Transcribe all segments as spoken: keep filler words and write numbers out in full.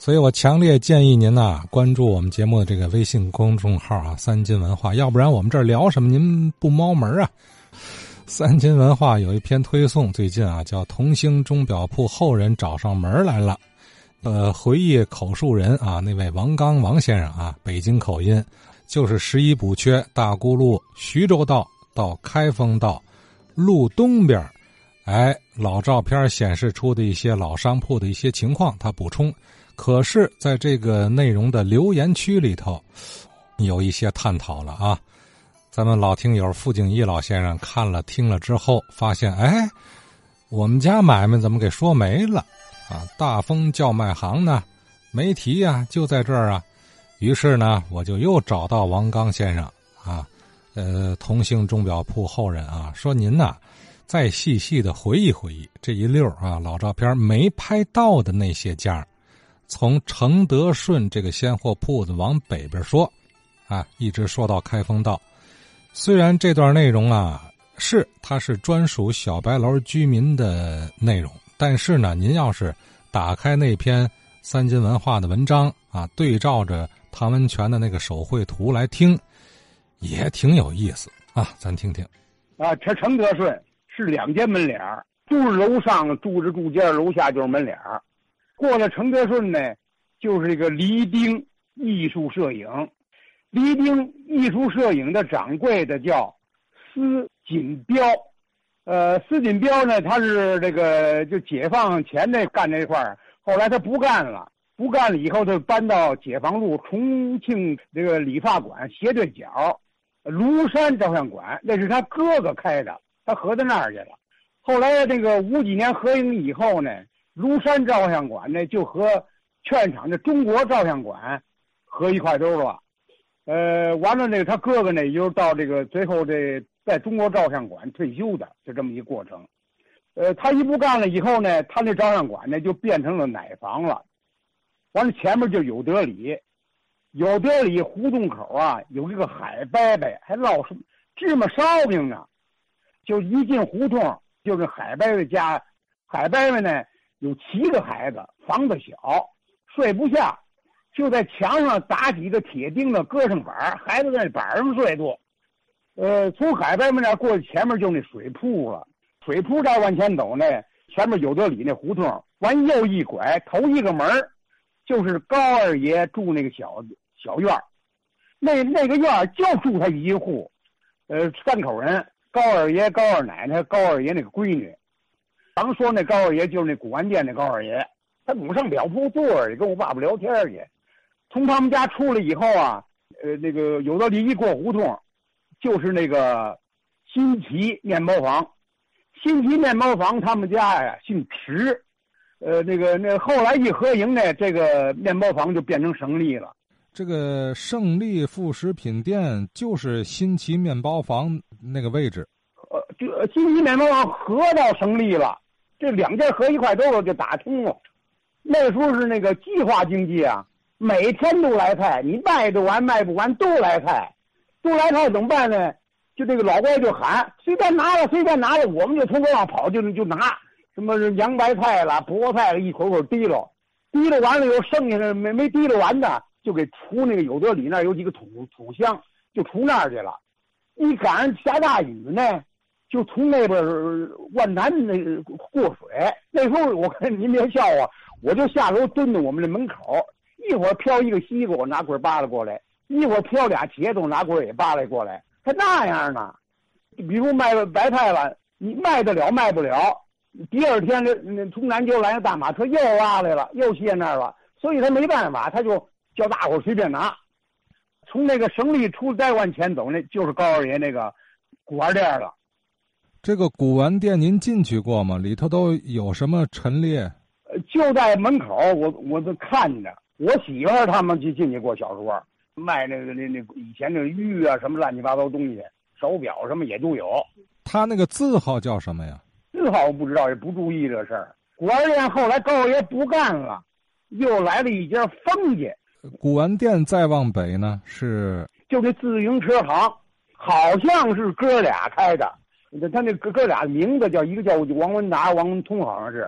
所以我强烈建议您呐、啊，关注我们节目的这个微信公众号啊，三金文化，要不然我们这儿聊什么您不猫门啊。三金文化有一篇推送，最近啊叫同兴钟表铺后人找上门来了，呃，回忆口述人啊那位王刚王先生啊，北京口音，就是十一补缺大沽路徐州道到开封道路东边，哎，老照片显示出的一些老商铺的一些情况，他补充。可是在这个内容的留言区里头有一些探讨了啊，咱们老听友傅景一老先生看了听了之后发现，哎，我们家买卖怎么给说没了啊？大丰叫卖行呢没提啊，就在这儿啊。于是呢我就又找到王刚先生啊，呃，同兴钟表铺后人啊，说您呐、啊、再细细的回忆回忆这一溜啊老照片没拍到的那些家，从承德顺这个鲜货铺子往北边说啊，一直说到开封道。虽然这段内容啊是它是专属小白楼居民的内容，但是呢您要是打开那篇三金文化的文章啊，对照着唐文泉的那个手绘图来听，也挺有意思啊，咱听听啊。这承德顺是两间门脸，就是楼上住着住间，楼下就是门脸。过了承德顺呢，就是这个黎丁艺术摄影。黎丁艺术摄影的掌柜的叫司锦彪，呃，司锦彪呢，他是这个就解放前那干这块儿，后来他不干了，不干了以后，他搬到解放路重庆这个理发馆斜对角，庐山照相馆，那是他哥哥开的，他合到那儿去了。后来这个五几年合营以后呢，庐山照相馆呢就和劝场的中国照相馆合一块兜了。呃，完了那个他哥哥呢，也就是到这个最后这在中国照相馆退休的，就这么一个过程。呃，他一不干了以后呢，他那照相馆呢就变成了奶房了。完了前面就有德里，有德里胡同口啊有一个海伯伯，还烙什么芝麻烧饼呢。就一进胡同就是海伯伯家，海伯伯呢有七个孩子，房子小，睡不下。就在墙上打几个铁钉子，搁上板，孩子在板上睡多。呃，从海边那过去，前面就那水铺了。水铺再往前走呢，前面有德里那胡同，完右一拐，头一个门就是高二爷住那个小小院那那个院就住他一户，呃，三口人，高二爷、高二奶奶、高二爷那个闺女。常说那高二爷就是那古玩店那高二爷，他总上表铺坐着跟我爸爸聊天去。从他们家出来以后啊，呃，那个有德里一过胡同，就是那个新奇面包房。新奇面包房他们家呀姓池，呃，那个那后来一合营呢，这个面包房就变成胜利了。 这个胜利副食品店就是新奇面包房那个位置。 呃，就新奇面包房合到胜利了，这两家合一块兜了就打通了。那时候是那个计划经济啊。每天都来菜，你卖得完卖不完都来菜，都来菜怎么办呢？就这个老怪就喊随便拿了随便拿了，我们就从楼上跑就就拿，什么洋白菜了菠菜了，一口口提溜，提溜完了以后剩下的没没提溜完的就给出那个有德里那儿有几个土土箱，就出那儿去了。一赶上下大雨呢，就从那边万南那过水。那时候我看您别笑话，我就下楼蹲在我们这门口。一会儿飘一个西瓜，我拿棍扒拉过来；一会儿飘俩茄子，我拿棍也扒拉过来。他那样呢，比如卖白菜了，你卖得了卖不了，第二天那那从南郊来的大马车又拉来了，又卸那儿了，所以他没办法，他就叫大伙随便拿。从那个胜利出再往前走，那就是高二爷那个古玩店了。 这个古玩店您进去过吗？里头都有什么陈列？ 呃，就在门口，我我都看着。我媳妇儿他们就进去过，小时候卖那个那那以前那个玉啊什么乱七八糟东西，手表什么也都有。 他那个字号叫什么呀？ 字号我不知道，也不注意这事儿。古玩店后来高二爷不干了，又来了一家封家。 古玩店再往北呢是就这自行车行，好像是哥俩开的。他那哥哥俩名字叫一个叫王文达、王文通，好像是。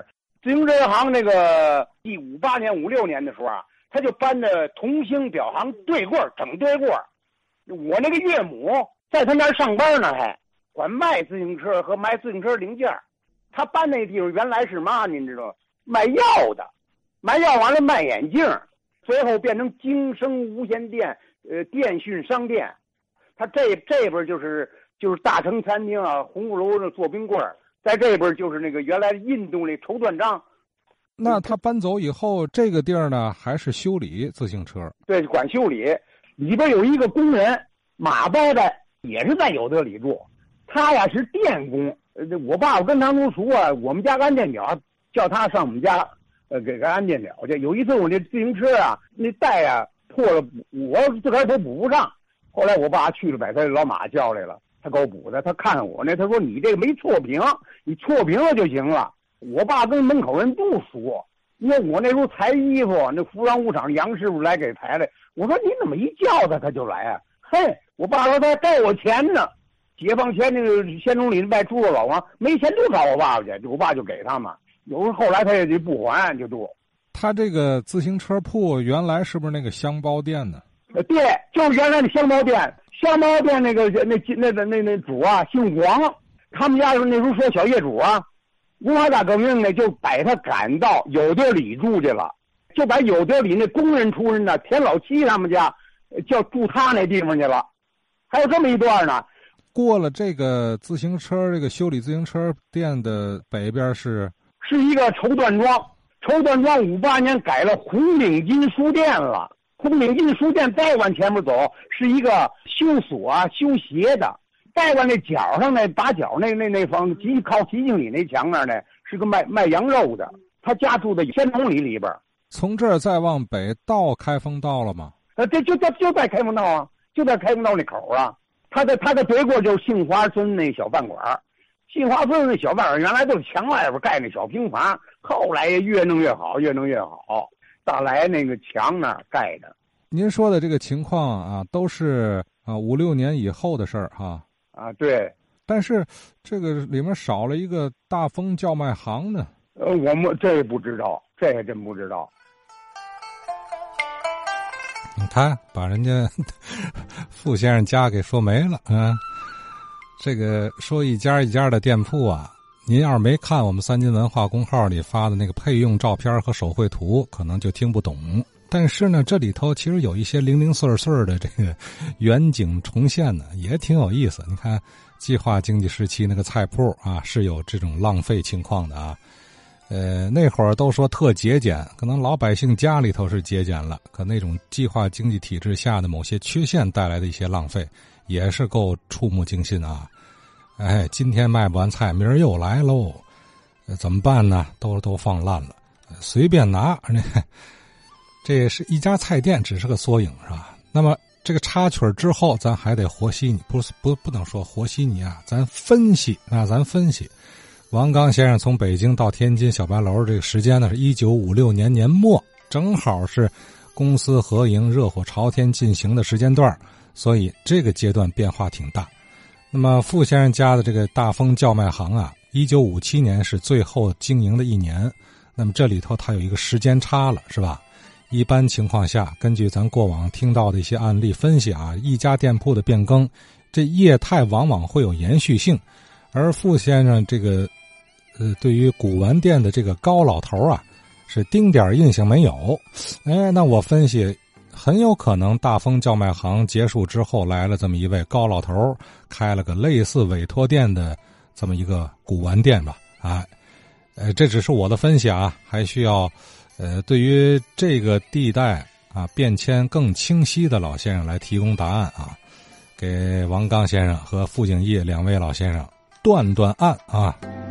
自行车行那个第五八年、五六年的时候啊，他就搬着同兴表行对过整对过。我那个岳母在他那儿上班呢，还管卖自行车和卖自行车零件。他搬那地方原来是嘛，您知道，卖药的，卖药完了卖眼镜，最后变成京升无线电呃电讯商店。他这这边就是就是大成餐厅啊，红鼓楼的做冰棍儿，在这边就是那个原来印度那绸缎庄。 那他搬走以后，这个地儿呢还是修理自行车？ 对，管修理。里边有一个工人马包的，也是在有德里住。他呀是电工，呃，我爸爸跟他都熟啊。我们家安电表，叫他上我们家，呃，给个安电表去。有一次我那自行车啊，那带啊破了，我自个儿都补不上。后来我爸去了，把他老马叫来了，他给我补的。他看我呢，他说你这个没错评，你错评了就行了。我爸跟门口人都熟，因为我那时候裁衣服，那服装物厂杨师傅来给裁的。我说你怎么一叫他他就来啊？嘿，我爸说他该我钱呢。解放前那个县城里卖猪肉老王没钱就找我爸爸去，我爸就给他嘛。有时候后来他也就不还就多。 他这个自行车铺原来是不是那个箱包店呢？ 呃，对，就是原来的箱包店。箱包店那个那那那那那主啊姓黄，他们家那时候说小业主啊，文化大革命呢就把他赶到有德里住去了，就把有德里那工人出身的田老七他们家叫住他那地方去了。还有这么一段呢。 过了这个自行车这个修理自行车店的北边是是一个绸缎庄，绸缎庄五八年改了红领巾书店了。红领巾书店再往前面走是一个修锁啊修鞋的，再往那角上那打角那那那方极靠吉庆里那墙那儿呢是个卖卖羊肉的，他家住在千通里里边。 从这儿再往北到开封道了吗？ 呃，这就在就在开封道啊，就在开封道那口啊。他的他的对过就是杏花村那小饭馆，杏花村那小饭馆原来都是墙外边盖那小平房，后来也越弄越好，越弄越好，到来那个墙那儿盖的。 您说的这个情况啊，都是啊五六年以后的事儿哈。 啊，对。 但是这个里面少了一个大丰叫卖行呢。 呃，我们这不知道，这还真不知道。 你看，把人家傅先生家给说没了啊！这个说一家一家的店铺啊，您要是没看我们三金文化公号里发的那个配用照片和手绘图，可能就听不懂。但是呢，这里头其实有一些零零碎碎的这个远景重现呢，也挺有意思。你看，计划经济时期那个菜铺啊，是有这种浪费情况的啊。呃，那会儿都说特节俭，可能老百姓家里头是节俭了，可那种计划经济体制下的某些缺陷带来的一些浪费，也是够触目惊心啊！哎，今天卖不完菜，明儿又来喽，呃、怎么办呢？都都放烂了，呃、随便拿。这是一家菜店，只是个缩影，是吧？那么这个插曲之后，咱还得和稀泥，不是不不能说和稀泥啊，咱分析啊，咱分析。王刚先生从北京到天津小白楼这个时间呢是一九五六年年末，正好是公私合营热火朝天进行的时间段，所以这个阶段变化挺大。那么傅先生家的这个大丰叫卖行啊，一九五七年是最后经营的一年，那么这里头它有一个时间差了，是吧？一般情况下，根据咱过往听到的一些案例分析啊，一家店铺的变更，这业态往往会有延续性，而傅先生这个呃，对于古玩店的这个高老头啊，是丁点印象没有。哎，那我分析，很有可能大丰叫卖行结束之后，来了这么一位高老头，开了个类似委托店的这么一个古玩店吧。啊，呃，这只是我的分析啊，还需要呃，对于这个地带啊变迁更清晰的老先生来提供答案啊，给王刚先生和傅景义两位老先生断断案啊。